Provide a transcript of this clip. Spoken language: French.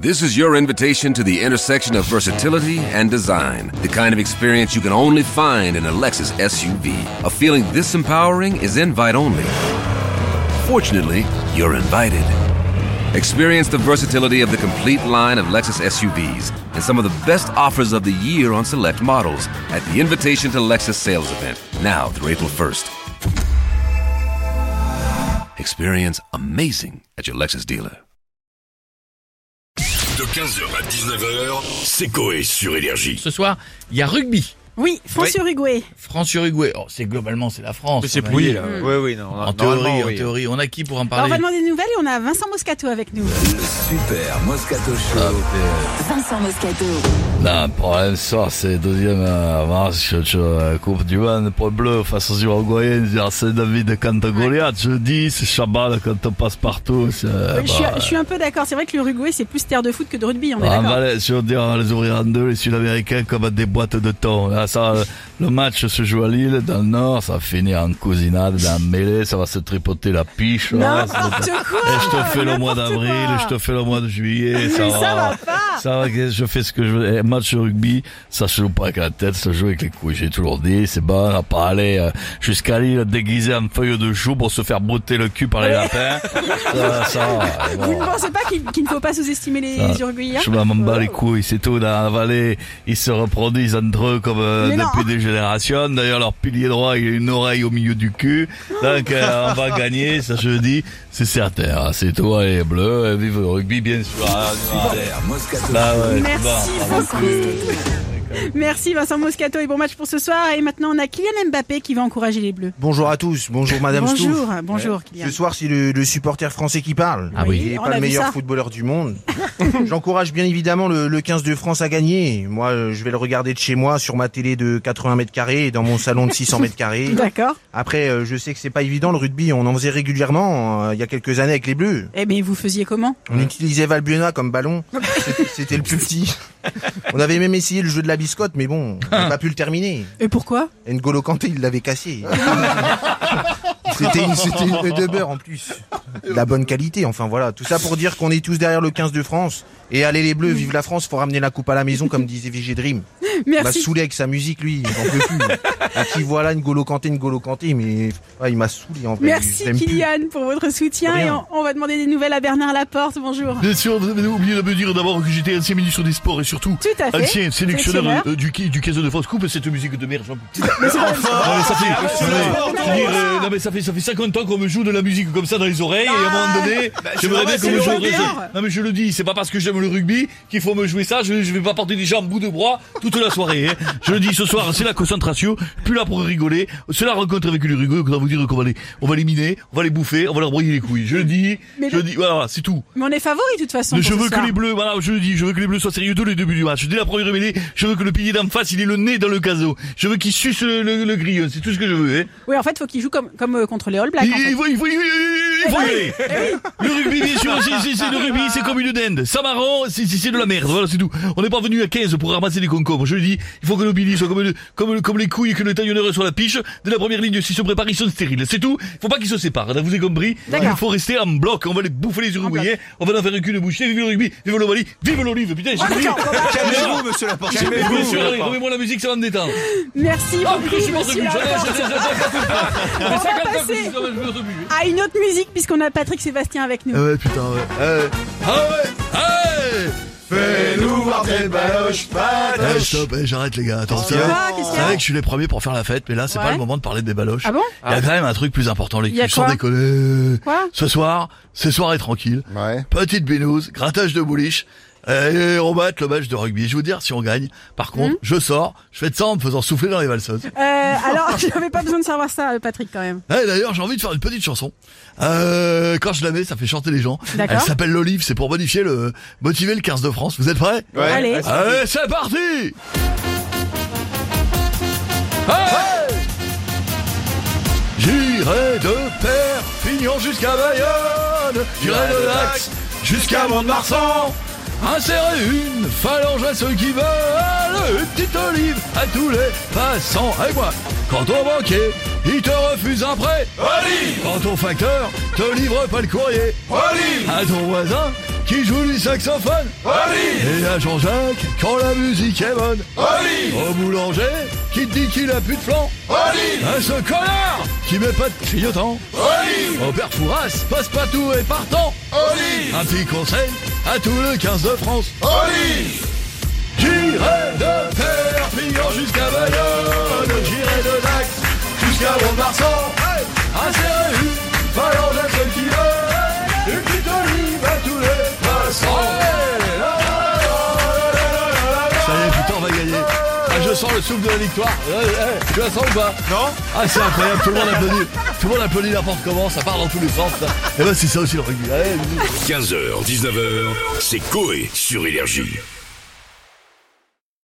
This is your invitation to the intersection of versatility and design. The kind of experience you can only find in a Lexus SUV. A feeling this empowering is invite only. Fortunately, you're invited. Experience the versatility of the complete line of Lexus SUVs and some of the best offers of the year on select models at the Invitation to Lexus sales event, now through April 1st. Experience amazing at your Lexus dealer. De 15h à 19h, c'est Coé sur Énergie. Ce soir, il y a rugby. Oui, France-Uruguay. France-Uruguay. Oh, c'est globalement, c'est la France. Mais c'est plié là. Oui, non. En théorie. On a qui pour en Alors, parler? on va demander des nouvelles et on a Vincent Moscato avec nous. Le super Moscato Show. Vincent Moscato. Non, le problème ce soir, c'est le deuxième match de la Coupe du Monde pour le bleu face aux Uruguayens. C'est David contre Goliath. Je dis, c'est Chabal quand on passe partout. Je suis un peu d'accord. C'est vrai que l'Uruguay, c'est plus terre de foot que de rugby. On est d'accord. Je veux dire, on va les ouvrir en deux, les Sud-Américains, comme des boîtes de thon. Là, ça, le match se joue à Lille, dans le Nord. Ça va finir en cousinade, dans la mêlée. Ça va se tripoter la piche. N'importe quoi. Et je te fais le mois d'avril, je te fais le mois de juillet. Ça va pas. Ça va, je fais ce que je veux. Match de rugby, ça se joue pas avec la tête, ça se joue avec les couilles. J'ai toujours dit, c'est bon, on va pas aller jusqu'à Lille déguisé en feuille de chou pour se faire brouter le cul par les lapins. Vous ne pensez pas qu'il ne faut pas sous-estimer les Uruguayens? Je m'en bats les couilles, c'est tout. Dans la vallée, ils se reproduisent entre eux comme depuis des générations. D'ailleurs, leur pilier droit, il a une oreille au milieu du cul. Donc, on va gagner, ça je dis, c'est certain. C'est tout, allez, les bleus, vive le rugby, bien sûr. Super Moscato Show. Merci beaucoup. Merci Vincent Moscato et bon match pour ce soir. Et maintenant on a Kylian Mbappé qui va encourager les Bleus. Bonjour à tous, bonjour Madame Stouff. Bonjour Kylian. Ce soir c'est le supporter français qui parle. Ah oui. Il n'est On pas a le vu meilleur ça. footballeur du monde. J'encourage bien évidemment le 15 de France à gagner. Moi je vais le regarder de chez moi sur ma télé de 80 mètres carrés et dans mon salon de 600 mètres carrés. D'accord. Après je sais que c'est pas évident le rugby, on en faisait régulièrement il y a quelques années avec les Bleus. Eh bien vous faisiez comment? On utilisait Valbuena comme ballon. C'était le plus petit. On avait même essayé le jeu de la biscotte mais bon, on n'a pas pu le terminer. Et pourquoi? N'Golo Kanté, il l'avait cassé. C'était une de beurre en plus. De la bonne qualité, enfin voilà. Tout ça pour dire qu'on est tous derrière le 15 de France. Et allez les Bleus, vive la France, faut ramener la coupe à la maison comme disait VG Dream. Il m'a Merci. saoulé avec sa musique lui, j'en peux plus. Et puis voilà, N'Golo Kanté, mais il m'a saoulé en fait. Merci Je l'aime plus. Kylian pour votre soutien et Rien. on va demander des nouvelles à Bernard Laporte. Bonjour. Bien sûr, vous avez oublié de me dire d'abord que j'étais ancien ministre des Sports et surtout Tout à fait. ancien sélectionneur Sélectionneur. du 15 de France. Coupe cette musique de merde. Mais c'est pas- Non mais ça fait 50 ans qu'on me joue de la musique comme ça dans les oreilles et à un moment donné, j'aimerais bien qu'on me joue. Non mais je le dis, c'est pas parce que j'aime le rugby qu'il faut me jouer ça. Je vais pas porter des gens en bout de bras toute la soirée. Hein. Je le dis, ce soir c'est la concentration, plus là pour rigoler. C'est la rencontre avec les rigolos qu'on va vous dire qu'on va les miner, on va les bouffer, on va leur broyer les couilles. Je le dis, voilà, c'est tout. Mais on est favori de toute façon. Je pour veux ce que soir. les Bleus, voilà, je le dis, je veux que les Bleus soient sérieux dès le début du match. Dès la première mêlée, je veux que le pilier d'en face, il ait le nez dans le caseau. Je veux qu'il suce le grillon, c'est tout ce que je veux, hein. Oui, en fait, faut qu'il joue comme contre les All Blacks. en fait. Il faut y aller. Le rugby, bien sûr, c'est le rugby, c'est comme une dinde. Ça marrant, c'est de la merde, voilà, c'est tout. On n'est pas venu à 15 pour ramasser des concombres. Je le dis, il faut que nos piliers soient comme les couilles et que le taillonneur soit la piche. De la première ligne, s'ils se préparent, ils sont stériles. C'est tout. Faut pas qu'ils se séparent. Vous avez compris? D'accord. Il faut rester en bloc. On va les bouffer les Uruguayens. On va en faire une bouchée. Vive le rugby, vive le Mali, vive l'olive. Putain, j'ai dit. Calmez-vous monsieur Laporte. Bien sûr, allez, remets-moi la musique, ça va me détendre. Merci Ah, beaucoup, putain, je suis mort de monsieur but. Laporte. À une autre musique puisqu'on a Patrick Sébastien avec nous. Ouais, putain, ouais. Fais-nous voir tes baloches, Stop, j'arrête les gars, attention. Qu'est-ce qu'il y C'est a vrai que je suis les premiers pour faire la fête, mais là c'est Ouais. pas le moment de parler des baloches. Ah bon? Il y a quand même un truc plus important, les Il y a culs, sans quoi déconner. Quoi? Ce soir, c'est soirée tranquille. Ouais. Petite bénouse, grattage de bouliche. Et on bat le match de rugby. Je vais vous dire si on gagne. Par contre, je sors, je fais de ça en me faisant souffler dans les valseuses. Alors, j'avais pas besoin de savoir ça, Patrick, quand même. D'ailleurs, j'ai envie de faire une petite chanson. Quand je la mets, ça fait chanter les gens. D'accord. Elle s'appelle l'Olive, c'est pour motiver le 15 de France. Vous êtes prêts? Ouais. Allez. Allez, c'est parti! Hey! J'irai de Perpignan jusqu'à Bayonne, j'irai de Dax jusqu'à Mont-de-Marsan, insérer une phalange à ceux qui veulent, une petite olive à tous les passants. Avec moi, quand ton banquier, il te refuse un prêt, olive! Quand ton facteur te livre pas le courrier, olive! À ton voisin, qui joue du saxophone. Et à Jean-Jacques quand la musique est bonne. Au boulanger qui te dit qu'il a plus de flanc. À ce connard qui met pas de clignotant. Au père Fouras, Passe-Patou et partant. Un petit conseil à tout le 15 de France. J'irai de Perpignan jusqu'à Bayonne, j'irai de Dax jusqu'à Mont-de-Marsan. À Céré, Valence à ceux qui veulent, une petite olive à tous les passants. Ça y est, putain, on va gagner. Ah, je sens le souffle de la victoire. Tu la sens ou pas? Non. Ah, c'est incroyable, tout le monde applaudit. Tout le monde applaudit n'importe comment, ça part dans tous les sens. Et ben c'est ça aussi le rugby. 15h, 19h, c'est Coé sur Énergie.